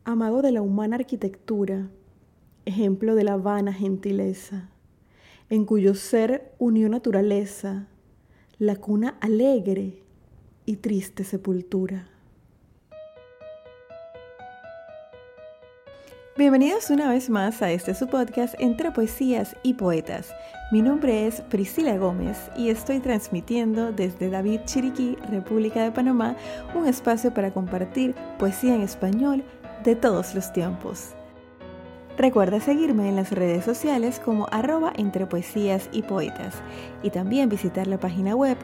amago de la humana arquitectura, ejemplo de la vana gentileza, en cuyo ser unió naturaleza, la cuna alegre y triste sepultura. Bienvenidos una vez más a su podcast Entre Poesías y Poetas. Mi nombre es Priscila Gómez y estoy transmitiendo desde David Chiriquí, República de Panamá, un espacio para compartir poesía en español de todos los tiempos. Recuerda seguirme en las redes sociales como @entrepoesías y poetas y también visitar la página web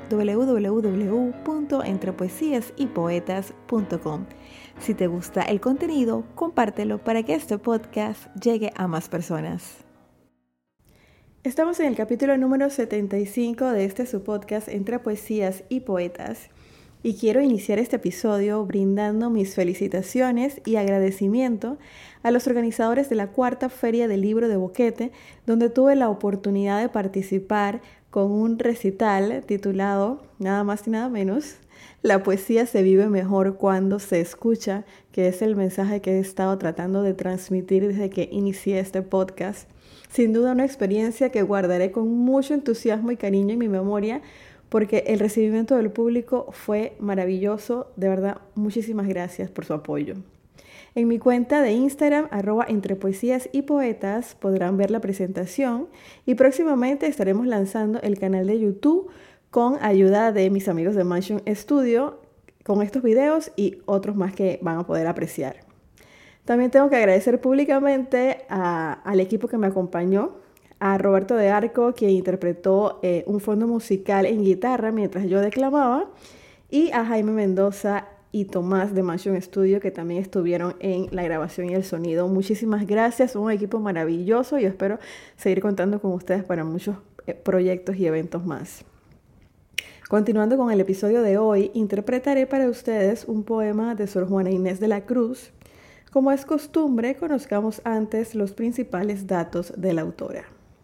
www.entrepoesiasypoetas.com. Si te gusta el contenido, compártelo para que este podcast llegue a más personas. Estamos en el capítulo número 75 de su podcast Entre Poesías y Poetas. Y quiero iniciar este episodio brindando mis felicitaciones y agradecimiento a los organizadores de la cuarta Feria del Libro de Boquete, donde tuve la oportunidad de participar con un recital titulado, nada más y nada menos, La poesía se vive mejor cuando se escucha, que es el mensaje que he estado tratando de transmitir desde que inicié este podcast. Sin duda una experiencia que guardaré con mucho entusiasmo y cariño en mi memoria, porque el recibimiento del público fue maravilloso. De verdad, muchísimas gracias por su apoyo. En mi cuenta de Instagram, @entrepoesíasypoetas, podrán ver la presentación y próximamente estaremos lanzando el canal de YouTube con ayuda de mis amigos de Mansion Studio, con estos videos y otros más que van a poder apreciar. También tengo que agradecer públicamente al equipo que me acompañó, a Roberto de Arco, quien interpretó un fondo musical en guitarra mientras yo declamaba, y a Jaime Mendoza y Tomás de Mansion Studio, que también estuvieron en la grabación y el sonido. Muchísimas gracias, son un equipo maravilloso y espero seguir contando con ustedes para muchos proyectos y eventos más. Continuando con el episodio de hoy, interpretaré para ustedes un poema de Sor Juana Inés de la Cruz. Como es costumbre, conozcamos antes los principales datos de la autora.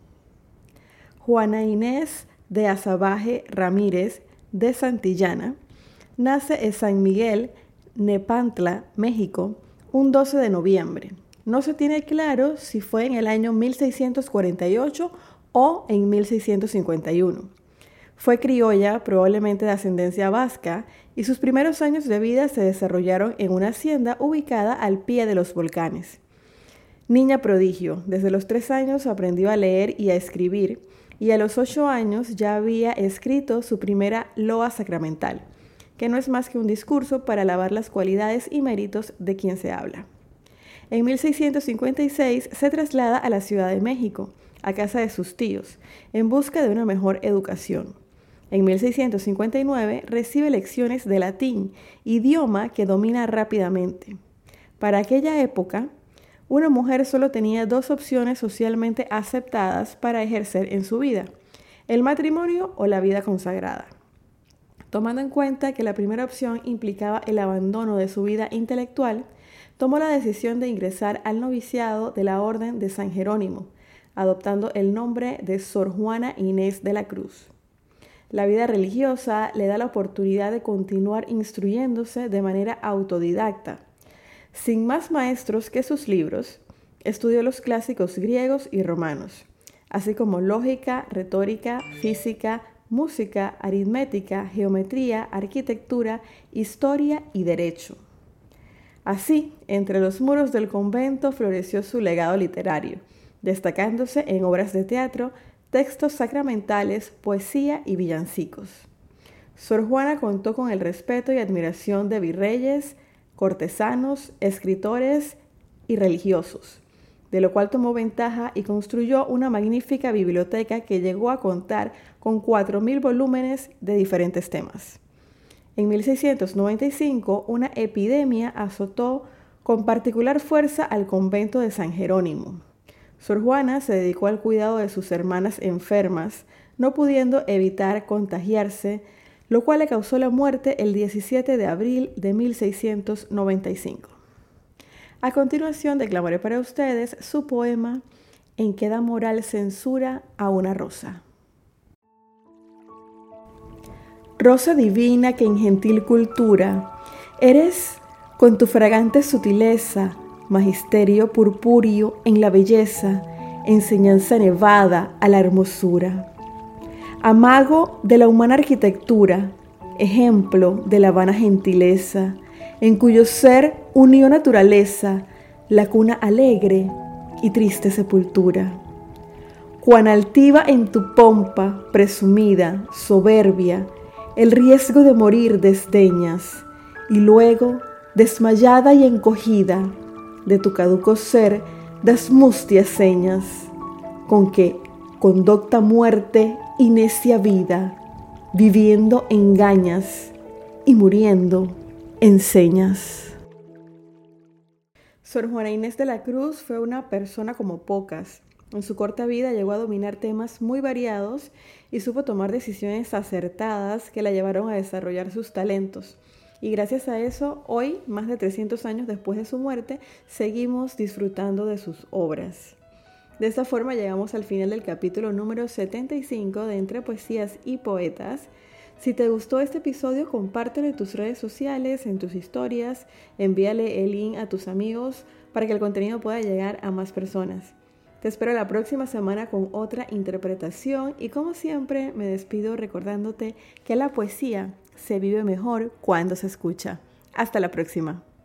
Juana Inés de Azabaje Ramírez de Santillana nace en San Miguel, Nepantla, México, un 12 de noviembre. No se tiene claro si fue en el año 1648 o en 1651. Fue criolla, probablemente de ascendencia vasca, y sus primeros años de vida se desarrollaron en una hacienda ubicada al pie de los volcanes. Niña prodigio, desde los 3 años aprendió a leer y a escribir, y a los 8 años ya había escrito su primera loa sacramental, que no es más que un discurso para alabar las cualidades y méritos de quien se habla. En 1656 se traslada a la Ciudad de México, a casa de sus tíos, en busca de una mejor educación. En 1659 recibe lecciones de latín, idioma que domina rápidamente. Para aquella época, una mujer solo tenía 2 opciones socialmente aceptadas para ejercer en su vida: el matrimonio o la vida consagrada. Tomando en cuenta que la primera opción implicaba el abandono de su vida intelectual, tomó la decisión de ingresar al noviciado de la Orden de San Jerónimo, adoptando el nombre de Sor Juana Inés de la Cruz. La vida religiosa le da la oportunidad de continuar instruyéndose de manera autodidacta. Sin más maestros que sus libros, estudió los clásicos griegos y romanos, así como lógica, retórica, física, música, aritmética, geometría, arquitectura, historia y derecho. Así, entre los muros del convento floreció su legado literario, destacándose en obras de teatro, textos sacramentales, poesía y villancicos. Sor Juana contó con el respeto y admiración de virreyes, cortesanos, escritores y religiosos, de lo cual tomó ventaja y construyó una magnífica biblioteca que llegó a contar con 4.000 volúmenes de diferentes temas. En 1695, una epidemia azotó con particular fuerza al convento de San Jerónimo. Sor Juana se dedicó al cuidado de sus hermanas enfermas, no pudiendo evitar contagiarse, lo cual le causó la muerte el 17 de abril de 1695. A continuación declamaré para ustedes su poema En que da moral censura a una rosa. Rosa divina que en gentil cultura eres con tu fragante sutileza, magisterio purpúreo en la belleza, enseñanza nevada a la hermosura. Amago de la humana arquitectura, ejemplo de la vana gentileza, en cuyo ser unió naturaleza, la cuna alegre y triste sepultura. Cuán altiva en tu pompa, presumida, soberbia, el riesgo de morir desdeñas, y luego, desmayada y encogida, de tu caduco ser das mustias señas, con que, con docta muerte y necia vida, viviendo engañas y muriendo enseñas. Sor Juana Inés de la Cruz fue una persona como pocas. En su corta vida llegó a dominar temas muy variados y supo tomar decisiones acertadas que la llevaron a desarrollar sus talentos. Y gracias a eso, hoy, más de 300 años después de su muerte, seguimos disfrutando de sus obras. De esta forma llegamos al final del capítulo número 75 de Entre Poesías y Poetas. Si te gustó este episodio, compártelo en tus redes sociales, en tus historias, envíale el link a tus amigos para que el contenido pueda llegar a más personas. Te espero la próxima semana con otra interpretación y como siempre me despido recordándote que la poesía se vive mejor cuando se escucha. Hasta la próxima.